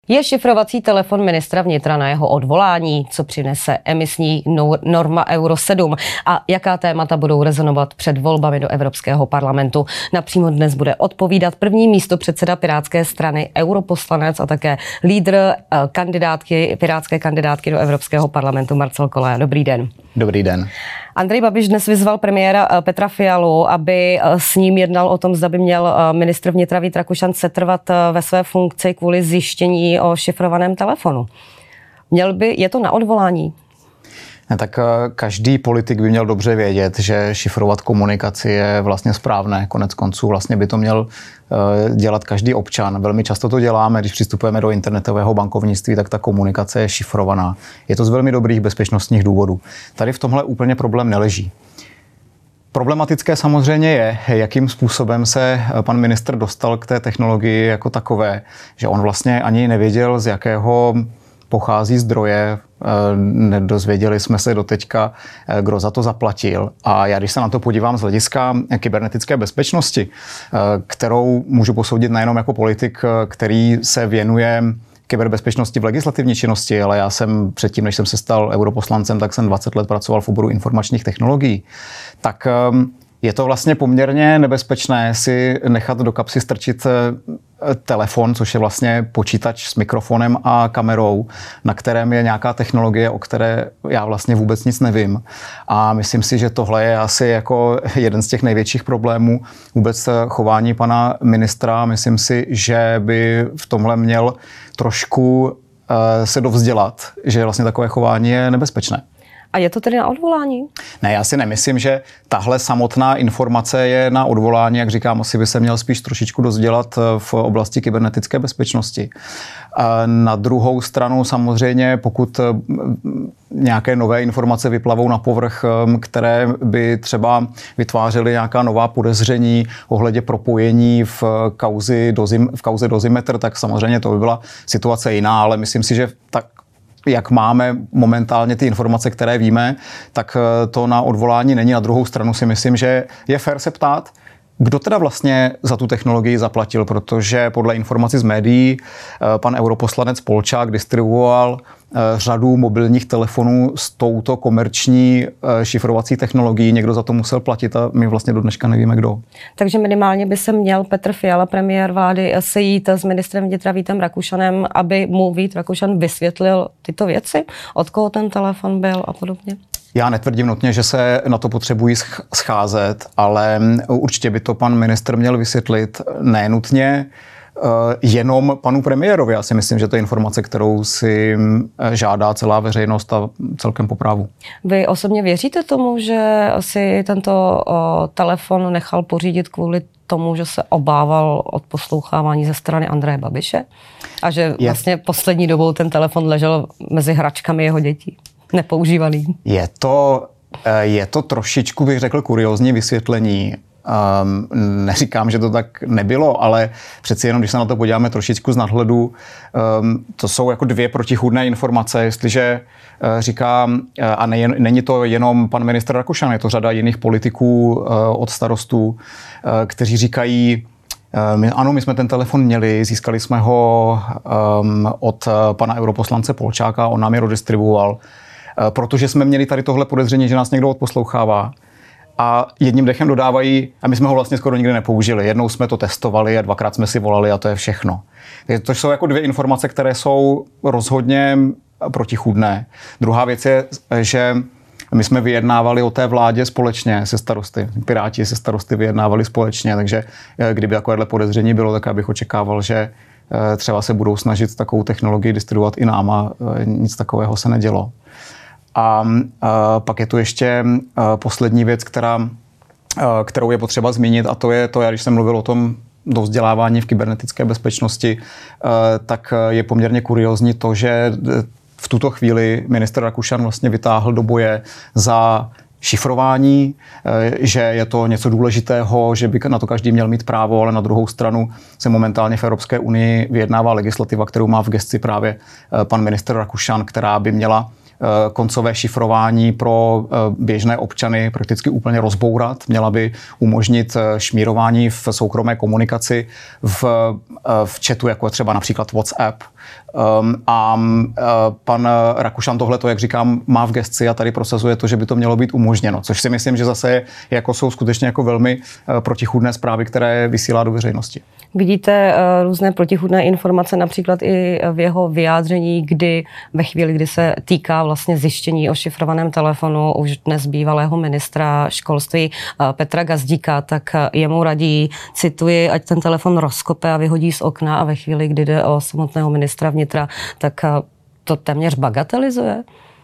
Je šifrovací telefon ministra vnitra na jeho odvolání, co přinese emisní norma Euro 7 a jaká témata budou rezonovat před volbami do Evropského parlamentu. Napřímo dnes bude odpovídat první místopředseda Pirátské strany, europoslanec a také lídr pirátské kandidátky do Evropského parlamentu Marcel Kolaja. Dobrý den. Dobrý den. Andrej Babiš dnes vyzval premiéra Petra Fialu, aby s ním jednal o tom, zda by měl ministr vnitra Vít Rakušan setrvat ve své funkci kvůli zjištění o šifrovaném telefonu. Je to na odvolání? Tak každý politik by měl dobře vědět, že šifrovat komunikaci je vlastně správné. Konec konců vlastně by to měl dělat každý občan. Velmi často to děláme, když přistupujeme do internetového bankovnictví, tak ta komunikace je šifrovaná. Je to z velmi dobrých bezpečnostních důvodů. Tady v tomhle úplně problém neleží. Problematické samozřejmě je, jakým způsobem se pan ministr dostal k té technologii jako takové, že on vlastně ani nevěděl, z jakého pochází zdroje, nedozvěděli jsme se doteďka, kdo za to zaplatil. A já, když se na to podívám z hlediska kybernetické bezpečnosti, kterou můžu posoudit nejenom jako politik, který se věnuje kyberbezpečnosti v legislativní činnosti, ale já jsem předtím, než jsem se stal europoslancem, tak jsem 20 let pracoval v oboru informačních technologií, tak je to vlastně poměrně nebezpečné si nechat do kapsy strčit telefon, což je vlastně počítač s mikrofonem a kamerou, na kterém je nějaká technologie, o které já vlastně vůbec nic nevím. A myslím si, že tohle je asi jako jeden z těch největších problémů vůbec chování pana ministra. Myslím si, že by v tomhle měl trošku se dovzdělat, že vlastně takové chování je nebezpečné. A je to tedy na odvolání? Ne, já si nemyslím, že tahle samotná informace je na odvolání, jak říkám, asi by se měl spíš trošičku dozdělat v oblasti kybernetické bezpečnosti. A na druhou stranu samozřejmě, pokud nějaké nové informace vyplavou na povrch, které by třeba vytvářely nějaká nová podezření ohledně propojení v kauze Dozimetr, tak samozřejmě to by byla situace jiná, ale myslím si, že tak jak máme momentálně ty informace, které víme, tak to na odvolání není. Na druhou stranu si myslím, že je fér se ptát, kdo teda vlastně za tu technologii zaplatil, protože podle informací z médií pan europoslanec Polčák distribuoval řadu mobilních telefonů s touto komerční šifrovací technologií. Někdo za to musel platit a my vlastně do dneška nevíme, kdo. Takže minimálně by se měl Petr Fiala, premiér vlády, sejít s ministrem vnitra Vítem Rakušanem, aby mu Vít Rakušan vysvětlil tyto věci, od koho ten telefon byl a podobně. Já netvrdím nutně, že se na to potřebují scházet, ale určitě by to pan ministr měl vysvětlit, ne nutně jenom panu premiérovi. Já si myslím, že to je informace, kterou si žádá celá veřejnost a celkem po právu. Vy osobně věříte tomu, že si tento telefon nechal pořídit kvůli tomu, že se obával od poslouchávání ze strany Andreje Babiše? A že vlastně poslední dobou ten telefon ležel mezi hračkami jeho dětí? Nepoužívaný. Je to trošičku, bych řekl, kuriózní vysvětlení. Neříkám, že to tak nebylo, ale přeci jenom, když se na to podíváme trošičku z nadhledu, to jsou jako dvě protichůdné informace. Jestliže říkám, a není to jenom pan ministr Rakušan, je to řada jiných politiků od starostů, kteří říkají, ano, my jsme ten telefon měli, získali jsme ho od pana europoslance Polčáka, on nám je redistribuoval, protože jsme měli tady tohle podezření, že nás někdo odposlouchává. A jedním dechem dodávají, a my jsme ho vlastně skoro nikdy nepoužili. Jednou jsme to testovali a dvakrát jsme si volali a to je všechno. To jsou jako dvě informace, které jsou rozhodně protichůdné. Druhá věc je, že my jsme vyjednávali o té vládě společně se starosty. Piráti se starosty vyjednávali společně, takže kdyby takovéhle podezření bylo, tak bych očekával, že třeba se budou snažit takovou technologii distribuovat i nám a nic takového se nedělo. A pak je tu ještě poslední věc, kterou je potřeba zmínit, a to je to, když jsem mluvil o tom dovzdělávání v kybernetické bezpečnosti, tak je poměrně kuriózní to, že v tuto chvíli ministr Rakušan vlastně vytáhl do boje za šifrování, že je to něco důležitého, že by na to každý měl mít právo, ale na druhou stranu se momentálně v Evropské unii vyjednává legislativa, kterou má v gesci právě pan ministr Rakušan, která by měla koncové šifrování pro běžné občany prakticky úplně rozbourat. Měla by umožnit šmírování v soukromé komunikaci v chatu, jako třeba například WhatsApp, Pan Rakušan tohleto, jak říkám, má v gesci a tady prosazuje to, že by to mělo být umožněno, což si myslím, že zase jsou skutečně jako velmi protichůdné zprávy, které vysílá do veřejnosti. Vidíte různé protichůdné informace, například i v jeho vyjádření, kdy ve chvíli, kdy se týká vlastně zjištění o šifrovaném telefonu už dnes bývalého ministra školství Petra Gazdíka, tak jemu radí, cituji, ať ten telefon rozkope a vyhodí z okna, a ve chvíli, kdy jde o samotného ministra vnitra, tak to téměř bagatelizuje?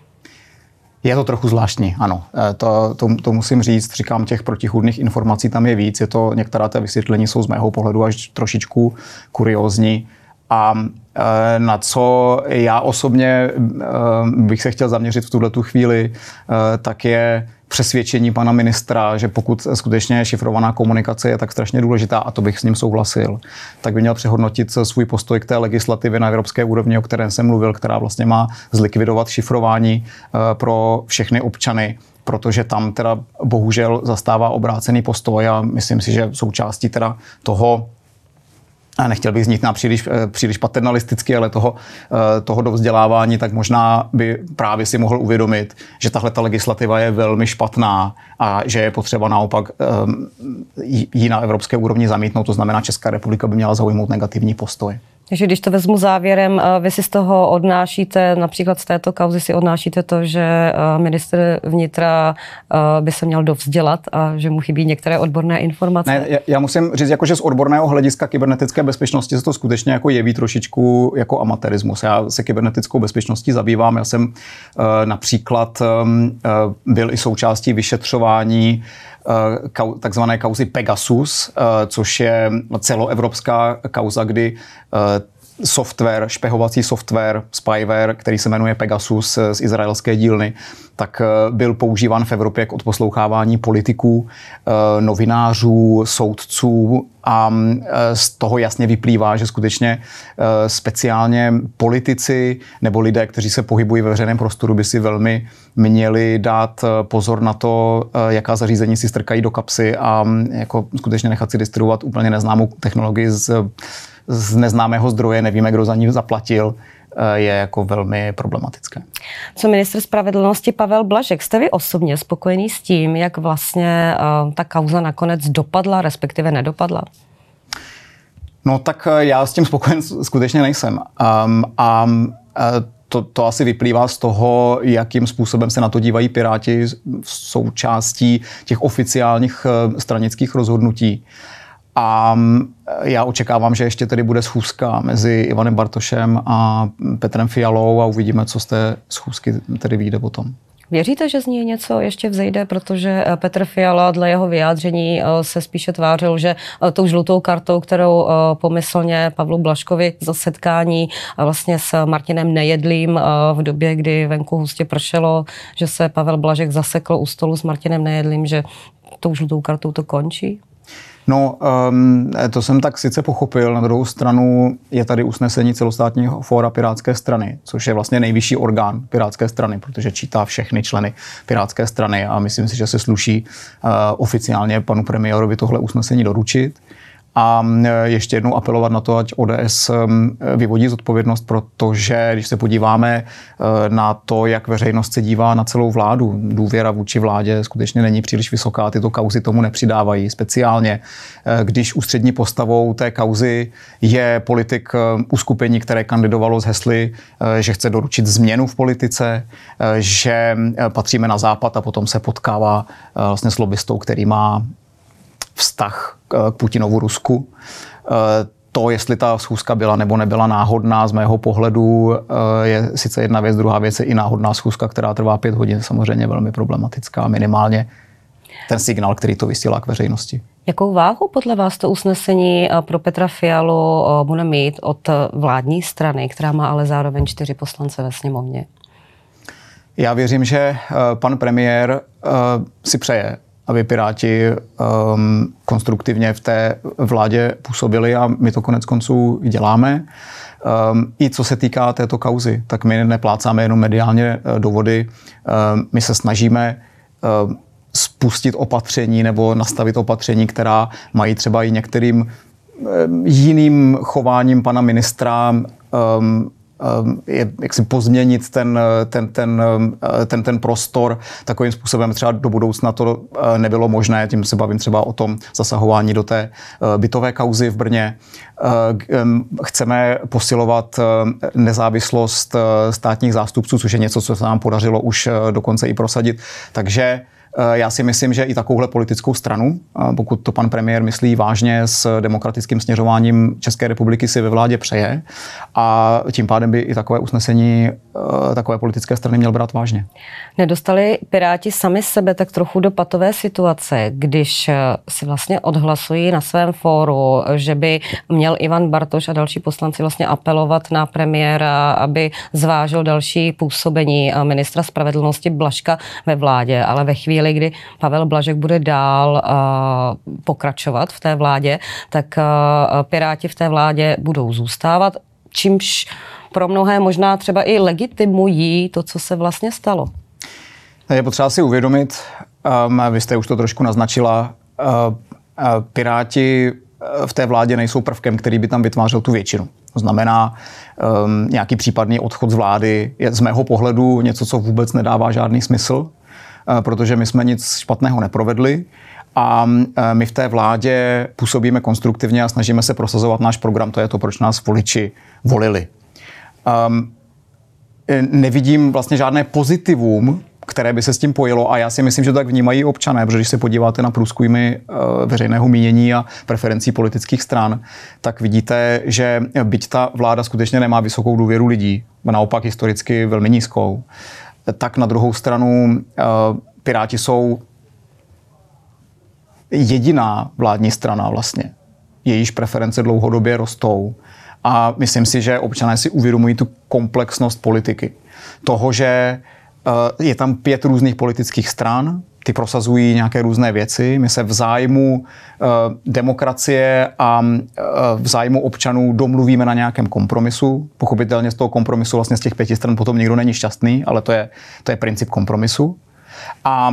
Je to trochu zvláštní, ano. To musím říct. Říkám, těch protichůdných informací tam je víc. Některá ta vysvětlení jsou z mého pohledu až trošičku kuriózní. A na co já osobně bych se chtěl zaměřit v tuhletu chvíli, tak je přesvědčení pana ministra, že pokud skutečně šifrovaná komunikace je tak strašně důležitá, a to bych s ním souhlasil, tak by měl přehodnotit svůj postoj k té legislativě na evropské úrovni, o které jsem mluvil, která vlastně má zlikvidovat šifrování pro všechny občany, protože tam teda bohužel zastává obrácený postoj a myslím si, že součástí teda toho, a nechtěl bych znít na příliš paternalisticky, ale toho dovzdělávání, tak možná by právě si mohl uvědomit, že tahle ta legislativa je velmi špatná a že je potřeba naopak ji na evropské úrovni zamítnout. To znamená, Česká republika by měla zaujmout negativní postoj. Takže když to vezmu závěrem, vy si z toho odnášíte, například z této kauzy si odnášíte to, že ministr vnitra by se měl dovzdělat a že mu chybí některé odborné informace? Ne, já musím říct, že z odborného hlediska kybernetické bezpečnosti se to skutečně jako jeví trošičku jako amatérismus. Já se kybernetickou bezpečností zabývám. Já jsem například byl i součástí vyšetřování takzvané kauzy Pegasus, což je celoevropská kauza, kdy špehovací software, spyware, který se jmenuje Pegasus z izraelské dílny, tak byl používán v Evropě k odposlouchávání politiků, novinářů, soudců a z toho jasně vyplývá, že skutečně speciálně politici nebo lidé, kteří se pohybují ve veřejném prostoru, by si velmi měli dát pozor na to, jaká zařízení si strkají do kapsy a jako skutečně nechat si distribuovat úplně neznámou technologii z neznámého zdroje, nevíme, kdo za ní zaplatil, je jako velmi problematické. Co ministr spravedlnosti Pavel Blažek, jste vy osobně spokojený s tím, jak vlastně ta kauza nakonec dopadla, respektive nedopadla? No tak já s tím spokojen skutečně nejsem. To asi vyplývá z toho, jakým způsobem se na to dívají Piráti v součástí těch oficiálních stranických rozhodnutí. A já očekávám, že ještě tedy bude schůzka mezi Ivanem Bartošem a Petrem Fialou a uvidíme, co z té schůzky tedy vyjde potom. Věříte, že z ní něco ještě vzejde, protože Petr Fiala dle jeho vyjádření se spíše tvářil, že tou žlutou kartou, kterou pomyslně Pavlu Blažkovi za setkání vlastně s Martinem Nejedlým v době, kdy venku hustě pršelo, že se Pavel Blažek zasekl u stolu s Martinem Nejedlým, že tou žlutou kartou to končí? No, to jsem tak sice pochopil, na druhou stranu je tady usnesení celostátního fóra Pirátské strany, což je vlastně nejvyšší orgán Pirátské strany, protože čítá všechny členy Pirátské strany a myslím si, že se sluší oficiálně panu premiérovi tohle usnesení doručit. A ještě jednou apelovat na to, ať ODS vyvodí zodpovědnost, protože když se podíváme na to, jak veřejnost se dívá na celou vládu, důvěra vůči vládě skutečně není příliš vysoká, tyto kauzy tomu nepřidávají. Speciálně, když ústřední postavou té kauzy je politik uskupení, které kandidovalo s hesly, že chce doručit změnu v politice, že patříme na západ a potom se potkává vlastně s lobbystou, který má vztah k Putinovu Rusku. To, jestli ta schůzka byla nebo nebyla náhodná, z mého pohledu je sice jedna věc, druhá věc je i náhodná schůzka, která trvá 5 hodin, samozřejmě velmi problematická, minimálně ten signál, který to vysílá k veřejnosti. Jakou váhu podle vás to usnesení pro Petra Fialu bude mít od vládní strany, která má ale zároveň 4 poslance ve sněmovně? Já věřím, že pan premiér si přeje, aby Piráti konstruktivně v té vládě působili a my to konec konců děláme. I co se týká této kauzy, tak my neplácáme jenom mediálně do vody, my se snažíme spustit opatření nebo nastavit opatření, která mají třeba i některým jiným chováním pana ministra jak si pozměnit ten prostor takovým způsobem, třeba do budoucna to nebylo možné, tím se bavím třeba o tom zasahování do té bytové kauzy v Brně. Chceme posilovat nezávislost státních zástupců, což je něco, co se nám podařilo už dokonce i prosadit. Takže já si myslím, že i takovouhle politickou stranu, pokud to pan premiér myslí vážně s demokratickým směřováním České republiky, si ve vládě přeje a tím pádem by i takové usnesení takové politické strany měl brát vážně. Nedostali Piráti sami sebe tak trochu do patové situace, když si vlastně odhlasují na svém fóru, že by měl Ivan Bartoš a další poslanci vlastně apelovat na premiéra, aby zvážil další působení ministra spravedlnosti Blažka ve vládě, ale ve chvíli, kdy Pavel Blažek bude dál pokračovat v té vládě, tak Piráti v té vládě budou zůstávat, čímž pro mnohé možná třeba i legitimují to, co se vlastně stalo. Je potřeba si uvědomit, vy jste už to trošku naznačila, Piráti v té vládě nejsou prvkem, který by tam vytvářel tu většinu. To znamená, nějaký případný odchod z vlády je z mého pohledu něco, co vůbec nedává žádný smysl, protože my jsme nic špatného neprovedli a my v té vládě působíme konstruktivně a snažíme se prosazovat náš program, to je to, proč nás voliči volili. Nevidím vlastně žádné pozitivum, které by se s tím pojilo a já si myslím, že to tak vnímají občané, protože když se podíváte na průzkumy veřejného mínění a preferencí politických stran, tak vidíte, že byť ta vláda skutečně nemá vysokou důvěru lidí, naopak historicky velmi nízkou, tak na druhou stranu Piráti jsou jediná vládní strana vlastně. Jejíž preference dlouhodobě rostou. A myslím si, že občané si uvědomují tu komplexnost politiky. Toho, že je tam 5 různých politických stran, ty prosazují nějaké různé věci. My se v zájmu demokracie a v zájmu občanů domluvíme na nějakém kompromisu. Pochopitelně z toho kompromisu vlastně z těch 5 stran potom nikdo není šťastný, ale to je princip kompromisu. A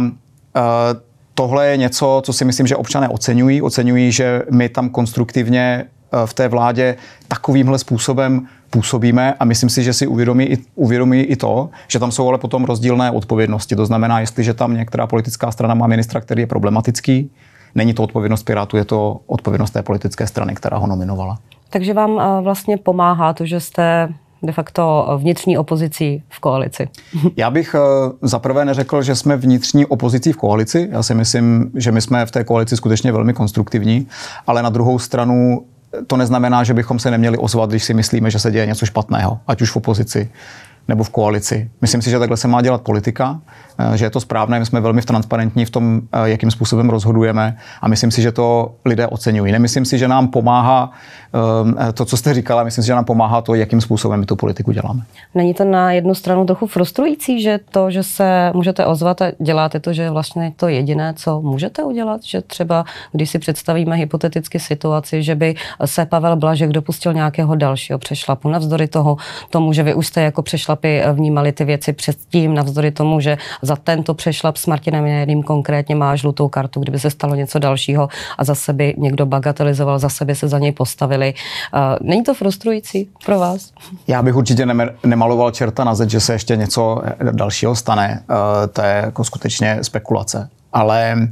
tohle je něco, co si myslím, že občané oceňují. Oceňují, že my tam konstruktivně v té vládě takovýmhle způsobem působíme a myslím si, že si uvědomí i to, že tam jsou ale potom rozdílné odpovědnosti. To znamená, jestliže tam některá politická strana má ministra, který je problematický, není to odpovědnost Pirátů, je to odpovědnost té politické strany, která ho nominovala. Takže vám vlastně pomáhá to, že jste de facto vnitřní opozicí v koalici? Já bych zaprvé neřekl, že jsme vnitřní opozicí v koalici. Já si myslím, že my jsme v té koalici skutečně velmi konstruktivní, ale na druhou stranu to neznamená, že bychom se neměli ozvat, když si myslíme, že se děje něco špatného, ať už v opozici nebo v koalici. Myslím si, že takhle se má dělat politika, že je to správné, my jsme velmi transparentní v tom, jakým způsobem rozhodujeme a myslím si, že to lidé oceňují. Nemyslím si, že nám pomáhá to, co jste říkala, myslím si, že nám pomáhá to, jakým způsobem my tu politiku děláme. Není to na jednu stranu trochu frustrující, že to, že se můžete ozvat a děláte to, že je vlastně to jediné, co můžete udělat? Že třeba, když si představíme hypoteticky situaci, že by se Pavel Blažek dopustil nějakého dalšího přešlapu, navzdory tomu, že vy už jste jako přešlapy vnímali ty věci předtím, navzdory tomu, že za tento přešlap s Martinem Janým konkrétně má žlutou kartu, kdyby se stalo něco dalšího a zase by někdo bagatelizoval, zase by se za něj postavili. Není to frustrující pro vás? Já bych určitě nemaloval čerta na zeď, že se ještě něco dalšího stane. To je jako skutečně spekulace. Ale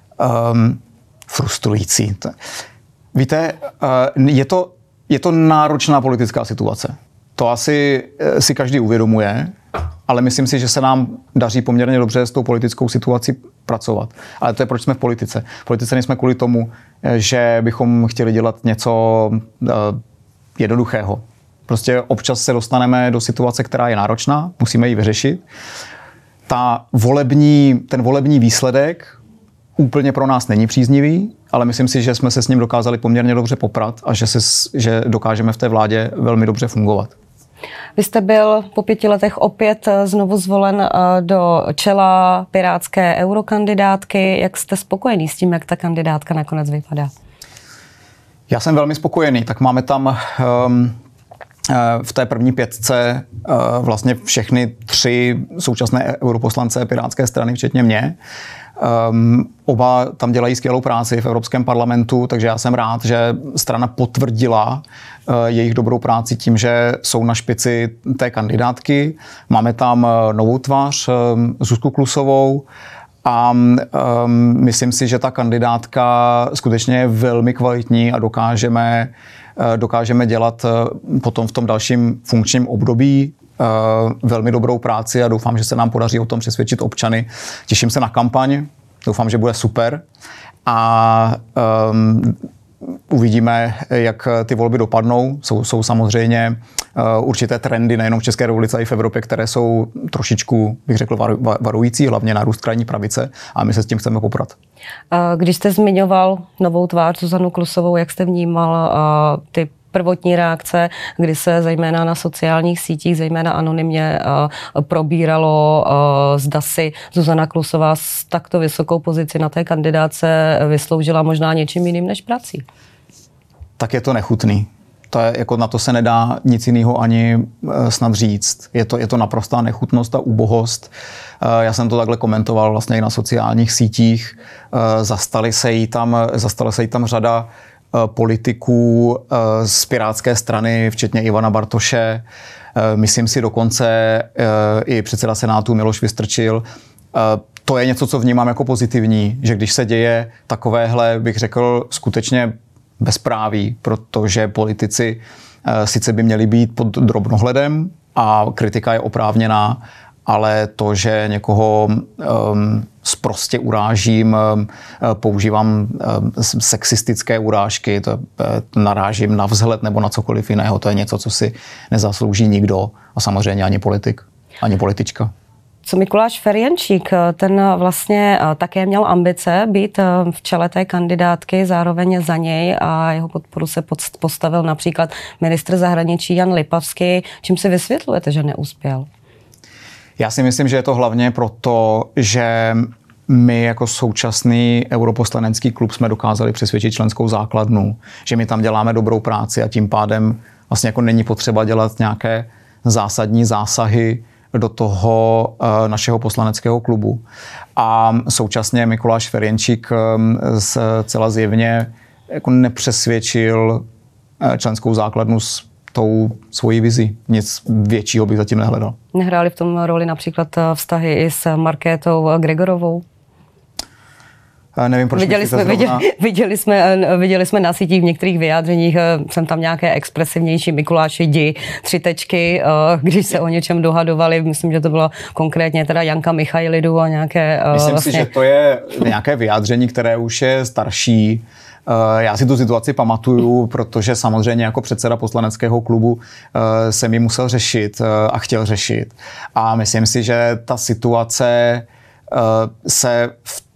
frustrující. Víte, je to náročná politická situace. To asi si každý uvědomuje, ale myslím si, že se nám daří poměrně dobře s tou politickou situací pracovat. Ale to je, proč jsme v politice. V politice nejsme kvůli tomu, že bychom chtěli dělat něco jednoduchého. Prostě občas se dostaneme do situace, která je náročná, musíme ji vyřešit. Ten volební výsledek úplně pro nás není příznivý, ale myslím si, že jsme se s ním dokázali poměrně dobře poprat a že dokážeme v té vládě velmi dobře fungovat. Vy jste byl po 5 letech opět znovu zvolen do čela pirátské eurokandidátky. Jak jste spokojený s tím, jak ta kandidátka nakonec vypadá? Já jsem velmi spokojený. Tak máme tam v té první 5 vlastně všechny 3 současné europoslance pirátské strany, včetně mě. Oba tam dělají skvělou práci v Evropském parlamentu, takže já jsem rád, že strana potvrdila jejich dobrou práci tím, že jsou na špici té kandidátky. Máme tam novou tvář, Zuzku Klusovou, a myslím si, že ta kandidátka skutečně je velmi kvalitní a dokážeme dělat potom v tom dalším funkčním období velmi dobrou práci a doufám, že se nám podaří o tom přesvědčit občany. Těším se na kampaň, doufám, že bude super a uvidíme, jak ty volby dopadnou. Jsou samozřejmě určité trendy nejenom v České republice, ale i v Evropě, které jsou trošičku, bych řekl, varující, hlavně nárůst krajní pravice a my se s tím chceme poprat. Když jste zmiňoval novou tvář Zuzanu Klusovou, jak jste vnímal ty prvotní reakce, kdy se zejména na sociálních sítích, zejména anonymně probíralo, zda si Zuzana Klusová s takto vysokou pozici na té kandidáce vysloužila možná něčím jiným než prací? Tak je to nechutný. To je, jako na to se nedá nic jiného ani snad říct. Je to naprostá nechutnost a úbohost. Já jsem to takhle komentoval vlastně i na sociálních sítích. Zastala se jí tam řada politiků z Pirátské strany, včetně Ivana Bartoše. Myslím si dokonce i předseda Senátu Miloš Vystrčil. To je něco, co vnímám jako pozitivní, že když se děje takovéhle, bych řekl, skutečně bezpráví, protože politici sice by měli být pod drobnohledem a kritika je oprávněná, ale to, že někoho sprostě urážím, používám sexistické urážky, to narážím na vzhled nebo na cokoliv jiného, to je něco, co si nezaslouží nikdo a samozřejmě ani politik, ani politička. Co Mikuláš Ferjenčík, ten vlastně také měl ambice být v čele té kandidátky, zároveň za něj a jeho podporu se postavil například ministr zahraničí Jan Lipavský. Čím si vysvětlujete, že neuspěl? Já si myslím, že je to hlavně proto, že my jako současný europoslanecký klub jsme dokázali přesvědčit členskou základnu, že my tam děláme dobrou práci a tím pádem vlastně jako není potřeba dělat nějaké zásadní zásahy do toho našeho poslaneckého klubu. A současně Mikuláš Ferjenčík zcela zjevně jako nepřesvědčil členskou základnu s tou svojí vizí. Nic většího bych zatím nehledal. Nehráli v tom roli například vztahy i s Markétou Gregorovou? Nevím, proč viděli jsme na sítích v některých vyjádřeních, jsem tam nějaké expresivnější Mikuláši jdi, 3 tečky, když se o něčem dohadovali. Myslím, že to bylo konkrétně teda Janka Michailidu a nějaké... Myslím vlastně... si, že to je nějaké vyjádření, které už je starší. Já si tu situaci pamatuju, protože samozřejmě jako předseda poslaneckého klubu jsem ji musel řešit a chtěl řešit. A myslím si, že ta situace se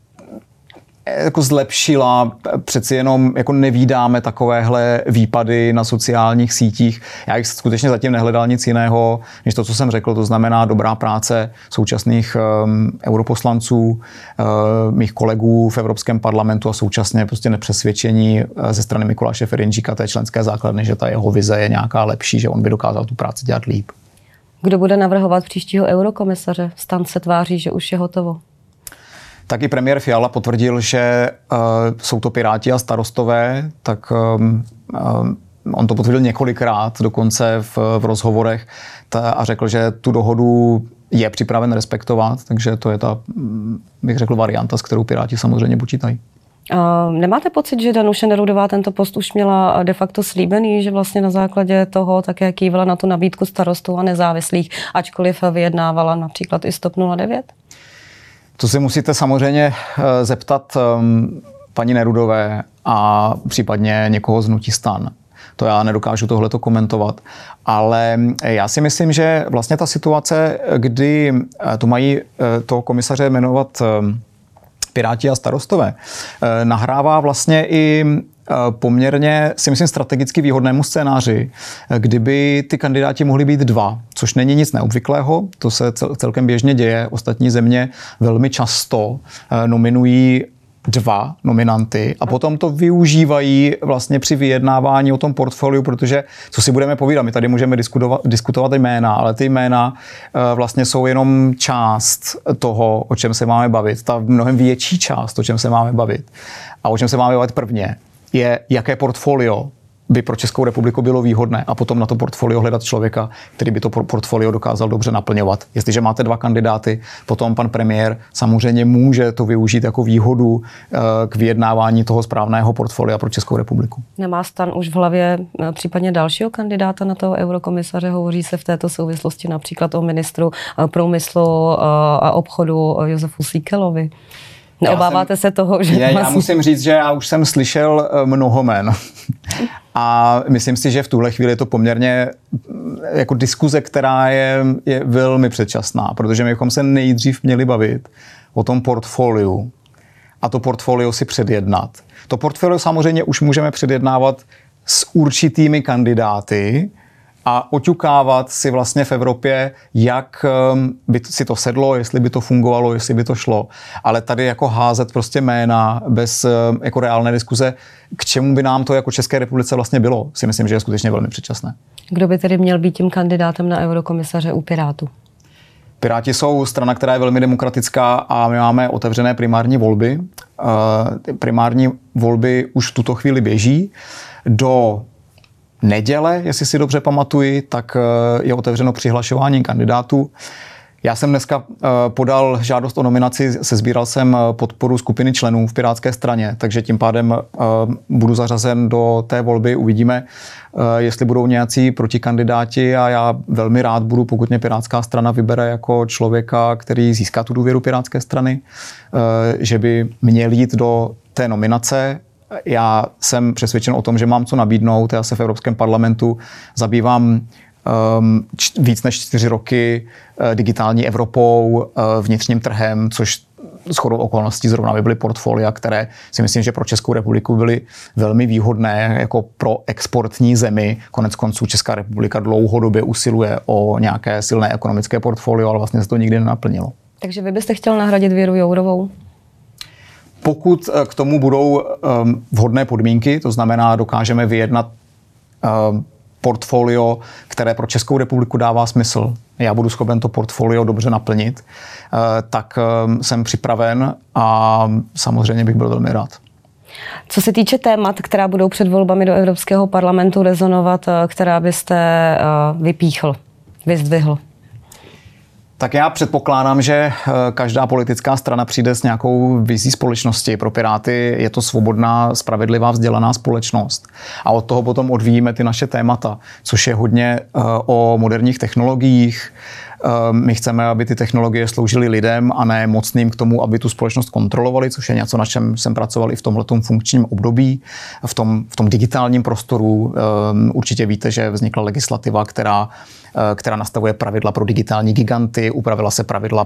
jako zlepšila, přeci jenom jako nevídáme takovéhle výpady na sociálních sítích. Já bych skutečně zatím nehledal nic jiného, než to, co jsem řekl, to znamená dobrá práce současných europoslanců, mých kolegů v Evropském parlamentu a současně prostě nepřesvědčení ze strany Mikuláše Ferjenčíka, té členské základny, že ta jeho vize je nějaká lepší, že on by dokázal tu práci dělat líp. Kdo bude navrhovat příštího eurokomisaře? Stan se tváří, že už je hotovo. Taky premiér Fiala potvrdil, že jsou to Piráti a Starostové, tak on to potvrdil několikrát, dokonce v rozhovorech a řekl, že tu dohodu je připraven respektovat, takže to je ta, bych řekl, varianta, s kterou Piráti samozřejmě počítají. Nemáte pocit, že Danuše Nerudová tento post už měla de facto slíbený, že vlastně na základě toho také kývala na tu nabídku Starostů a nezávislých, ačkoliv vyjednávala například i s TOP 09? To si musíte samozřejmě zeptat paní Nerudové a případně někoho z hnutí STAN. To já nedokážu tohleto komentovat. Ale já si myslím, že vlastně ta situace, kdy to mají toho komisaře jmenovat Piráti a Starostové, nahrává vlastně i poměrně, si myslím, strategicky výhodnému scénáři, kdyby ty kandidáti mohli být 2, což není nic neobvyklého, to se celkem běžně děje. Ostatní země velmi často nominují dva nominanty a potom to využívají vlastně při vyjednávání o tom portfoliu, protože co si budeme povídat, my tady můžeme diskutovat jména, ale ty jména vlastně jsou jenom část toho, o čem se máme bavit, ta mnohem větší část, o čem se máme bavit. A o čem se máme bavit prvně, je, jaké portfolio by pro Českou republiku bylo výhodné a potom na to portfolio hledat člověka, který by to portfolio dokázal dobře naplňovat. Jestliže máte dva kandidáty, potom pan premiér samozřejmě může to využít jako výhodu k vyjednávání toho správného portfolia pro Českou republiku. Nemá STAN už v hlavě případně dalšího kandidáta na toho eurokomisaře? Hovoří se v této souvislosti například o ministru průmyslu a obchodu Josefu Síkelovi. Neobáváte se toho, že... Já musím říct, že já už jsem slyšel mnoho jmen. A myslím si, že v tuhle chvíli je to poměrně jako diskuze, která je velmi předčasná, protože my bychom se nejdřív měli bavit o tom portfoliu a to portfolio si předjednat. To portfolio samozřejmě už můžeme předjednávat s určitými kandidáty a oťukávat si vlastně v Evropě, jak by si to sedlo, jestli by to fungovalo, jestli by to šlo. Ale tady jako házet prostě jména bez jako reálné diskuze, k čemu by nám to jako České republice vlastně bylo, si myslím, že je skutečně velmi předčasné. Kdo by tedy měl být tím kandidátem na eurokomisaře u Pirátů? Piráti jsou strana, která je velmi demokratická a my máme otevřené primární volby. Primární volby už v tuto chvíli běží. Do neděle, jestli si dobře pamatuji, tak je otevřeno přihlašování kandidátů. Já jsem dneska podal žádost o nominaci, sesbíral jsem podporu skupiny členů v Pirátské straně, takže tím pádem budu zařazen do té volby. Uvidíme, jestli budou nějací protikandidáti a já velmi rád budu, pokud mě Pirátská strana vybere jako člověka, který získá tu důvěru Pirátské strany, že by měl jít do té nominace. Já jsem přesvědčen o tom, že mám co nabídnout. Já se v Evropském parlamentu zabývám víc než 4 roky digitální Evropou, vnitřním trhem, což shodou okolností zrovna by byly portfolia, které si myslím, že pro Českou republiku byly velmi výhodné jako pro exportní zemi. Konec konců Česká republika dlouhodobě usiluje o nějaké silné ekonomické portfolio, ale vlastně se to nikdy nenaplnilo. Takže vy byste chtěl nahradit Věru Jourovou? Pokud k tomu budou vhodné podmínky, to znamená, dokážeme vyjednat portfolio, které pro Českou republiku dává smysl, já budu schopen to portfolio dobře naplnit, tak jsem připraven a samozřejmě bych byl velmi rád. Co se týče témat, která budou před volbami do Evropského parlamentu rezonovat, která byste vypíchl, vyzdvihl? Tak já předpokládám, že každá politická strana přijde s nějakou vizí společnosti. Pro Piráty je to svobodná, spravedlivá, vzdělaná společnost. A od toho potom odvíjíme ty naše témata, což je hodně o moderních technologiích. My chceme, aby ty technologie sloužily lidem a ne mocným k tomu, aby tu společnost kontrolovali, což je něco, na čem jsem pracoval i v tomhletom funkčním období. V tom digitálním prostoru určitě víte, že vznikla legislativa, která nastavuje pravidla pro digitální giganty, upravila se pravidla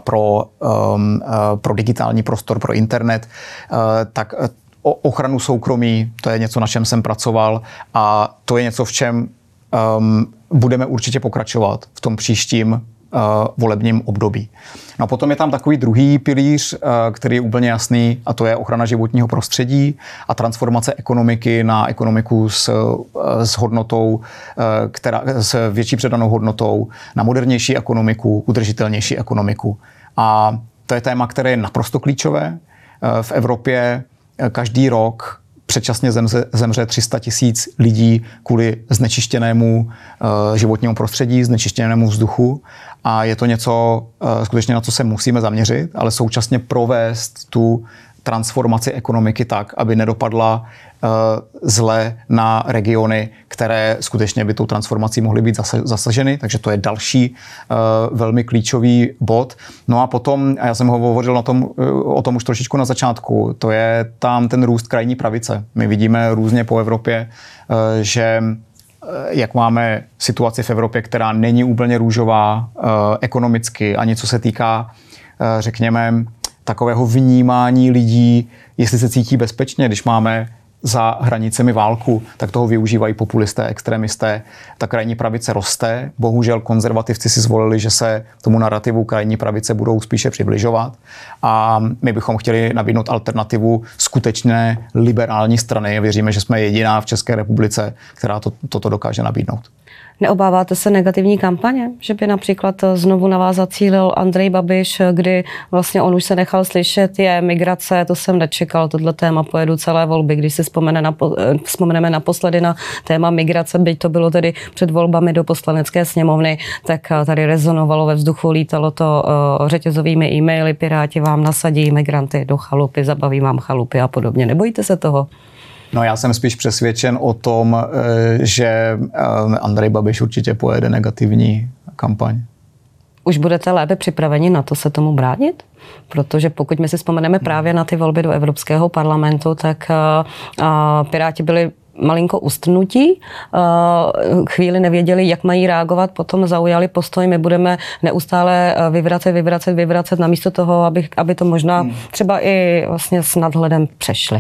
pro digitální prostor, pro internet, tak ochranu soukromí, to je něco, na čem jsem pracoval a to je něco, v čem budeme určitě pokračovat v tom příštím volebním období. No a potom je tam takový druhý pilíř, který je úplně jasný, a to je ochrana životního prostředí a transformace ekonomiky na ekonomiku s hodnotou, s větší předanou hodnotou, na modernější ekonomiku, udržitelnější ekonomiku. A to je téma, které je naprosto klíčové. V Evropě každý rok předčasně zemře 300 000 lidí kvůli znečištěnému životnímu prostředí, znečištěnému vzduchu a je to něco skutečně, na co se musíme zaměřit, ale současně provést tu transformaci ekonomiky tak, aby nedopadla zle na regiony, které skutečně by tou transformací mohly být zasaženy, takže to je další velmi klíčový bod. No a potom, a já jsem hovořil o tom už trošičku na začátku, to je tam ten růst krajní pravice. My vidíme různě po Evropě, že jak máme situaci v Evropě, která není úplně růžová ekonomicky, ani co se týká, řekněme, takového vnímání lidí, jestli se cítí bezpečně, když máme za hranicemi válku, tak toho využívají populisté, extremisté. Ta krajní pravice roste. Bohužel konzervativci si zvolili, že se tomu narrativu krajní pravice budou spíše přibližovat. A my bychom chtěli nabídnout alternativu skutečné liberální strany. Věříme, že jsme jediná v České republice, která toto dokáže nabídnout. Neobáváte se negativní kampaně? Že by například znovu na vás zacílil Andrej Babiš, kdy vlastně on už se nechal slyšet, je migrace, to jsem nečekal, tohle téma pojedu celé volby. Když si vzpomeneme naposledy na téma migrace, byť to bylo tedy před volbami do Poslanecké sněmovny, tak tady rezonovalo ve vzduchu, lítalo to řetězovými e-maily, Piráti vám nasadí migranty do chalupy, zabaví vám chalupy a podobně. Nebojíte se toho? No, já jsem spíš přesvědčen o tom, že Andrej Babiš určitě pojede negativní kampaň. Už budete lépe připraveni na to se tomu bránit? Protože pokud my si vzpomeneme právě na ty volby do Evropského parlamentu, tak Piráti byli malinko ustrnutí, chvíli nevěděli, jak mají reagovat, potom zaujali postoj, my budeme neustále vyvracet namísto toho, aby to možná třeba i vlastně s nadhledem přešli.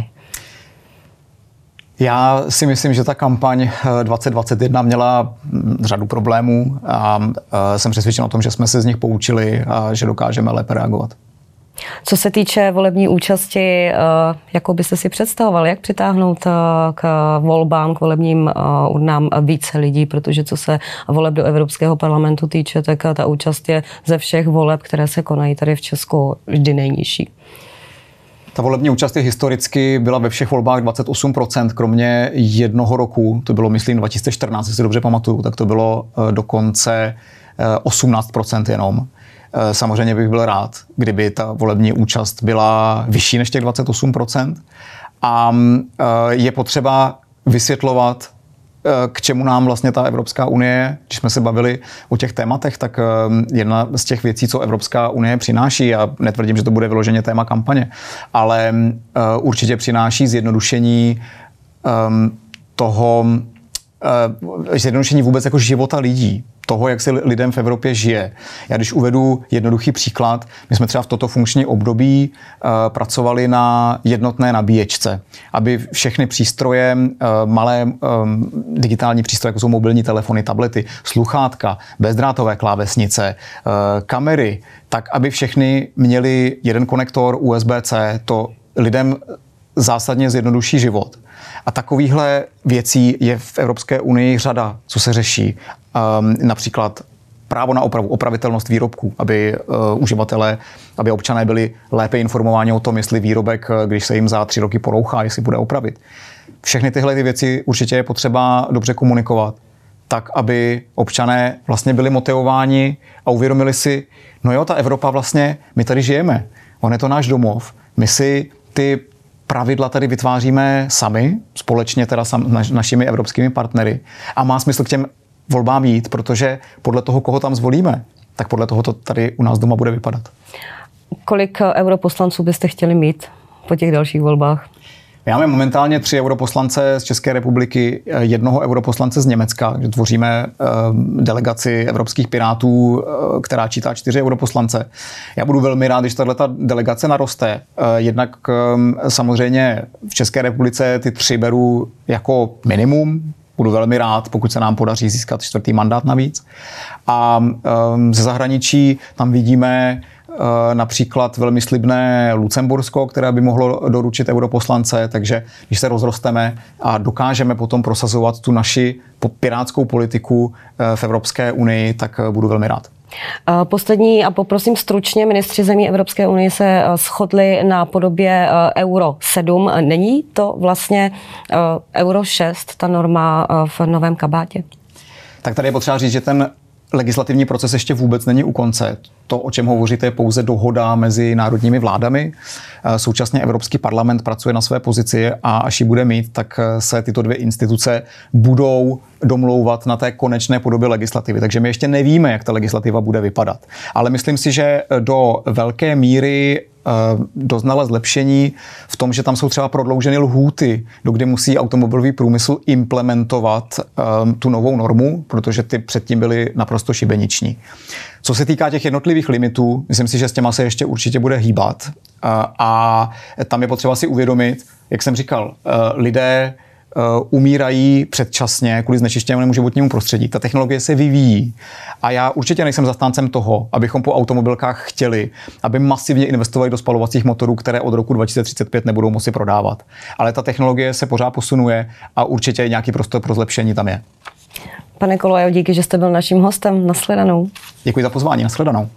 Já si myslím, že ta kampaň 2021 měla řadu problémů a jsem přesvědčen o tom, že jsme se z nich poučili a že dokážeme lépe reagovat. Co se týče volební účasti, jakou byste si představoval, jak přitáhnout k volbám, k volebním urnám více lidí, protože co se voleb do Evropského parlamentu týče, tak ta účast je ze všech voleb, které se konají tady v Česku, vždy nejnižší. Ta volební účast historicky byla ve všech volbách 28%, kromě jednoho roku, to bylo myslím 2014, jestli dobře pamatuju, tak to bylo dokonce 18% jenom. Samozřejmě bych byl rád, kdyby ta volební účast byla vyšší než těch 28%. A je potřeba vysvětlovat, k čemu nám vlastně ta Evropská unie, když jsme se bavili o těch tématech, tak jedna z těch věcí, co Evropská unie přináší, a netvrdím, že to bude vyloženě téma kampaně, ale určitě přináší zjednodušení zjednodušení vůbec jako života lidí, toho, jak se lidem v Evropě žije. Já když uvedu jednoduchý příklad, my jsme třeba v toto funkční období pracovali na jednotné nabíječce, aby všechny přístroje, malé digitální přístroje, jako jsou mobilní telefony, tablety, sluchátka, bezdrátové klávesnice, kamery, tak aby všechny měli jeden konektor USB-C, to lidem zásadně zjednoduší život. A takovýchhle věcí je v Evropské unii řada, co se řeší. Například právo na opravu, opravitelnost výrobků, aby uživatelé, aby občané byli lépe informováni o tom, jestli výrobek, když se jim za 3 roky porouchá, jestli bude opravit. Všechny tyhle ty věci určitě je potřeba dobře komunikovat, tak, aby občané vlastně byli motivováni a uvědomili si, no jo, ta Evropa vlastně, my tady žijeme, on je to náš domov, my si ty pravidla tady vytváříme sami, společně teda našimi evropskými partnery a má smysl k těm volbám jít, protože podle toho, koho tam zvolíme, tak podle toho to tady u nás doma bude vypadat. Kolik europoslanců byste chtěli mít po těch dalších volbách? My máme momentálně 3 europoslance z České republiky, 1 europoslance z Německa, že tvoříme delegaci evropských pirátů, která čítá 4 europoslance. Já budu velmi rád, když tato delegace naroste. Jednak samozřejmě v České republice ty 3 beru jako minimum. Budu velmi rád, pokud se nám podaří získat 4. mandát navíc. A ze zahraničí tam vidíme například velmi slibné Lucembursko, které by mohlo doručit europoslance, takže když se rozrosteme a dokážeme potom prosazovat tu naši pirátskou politiku v Evropské unii, tak budu velmi rád. Poslední a poprosím stručně, ministři zemí Evropské unie se shodli na podobě Euro 7. Není to vlastně Euro 6, ta norma v novém kabátě? Tak tady je potřeba říct, že ten legislativní proces ještě vůbec není u konce. To, o čem hovoříte, je pouze dohoda mezi národními vládami. Současně Evropský parlament pracuje na své pozici a až ji bude mít, tak se tyto 2 instituce budou domlouvat na té konečné podobě legislativy. Takže my ještě nevíme, jak ta legislativa bude vypadat. Ale myslím si, že do velké míry doznala zlepšení v tom, že tam jsou třeba prodlouženy lhůty, dokdy musí automobilový průmysl implementovat tu novou normu, protože ty předtím byly naprosto šibeniční. Co se týká těch jednotlivých limitů, myslím si, že s těma se ještě určitě bude hýbat a tam je potřeba si uvědomit, Jak jsem říkal, lidé umírají předčasně kvůli znečištěnému životnímu prostředí. Ta technologie se vyvíjí a já určitě nejsem zastáncem toho, abychom po automobilkách chtěli, aby masivně investovali do spalovacích motorů, které od roku 2035 nebudou moci prodávat. Ale ta technologie se pořád posunuje a určitě nějaký prostor pro zlepšení tam je. Pane Kolojo, díky, že jste byl naším hostem. Nashledanou. Děkuji za pozvání. Nashledanou.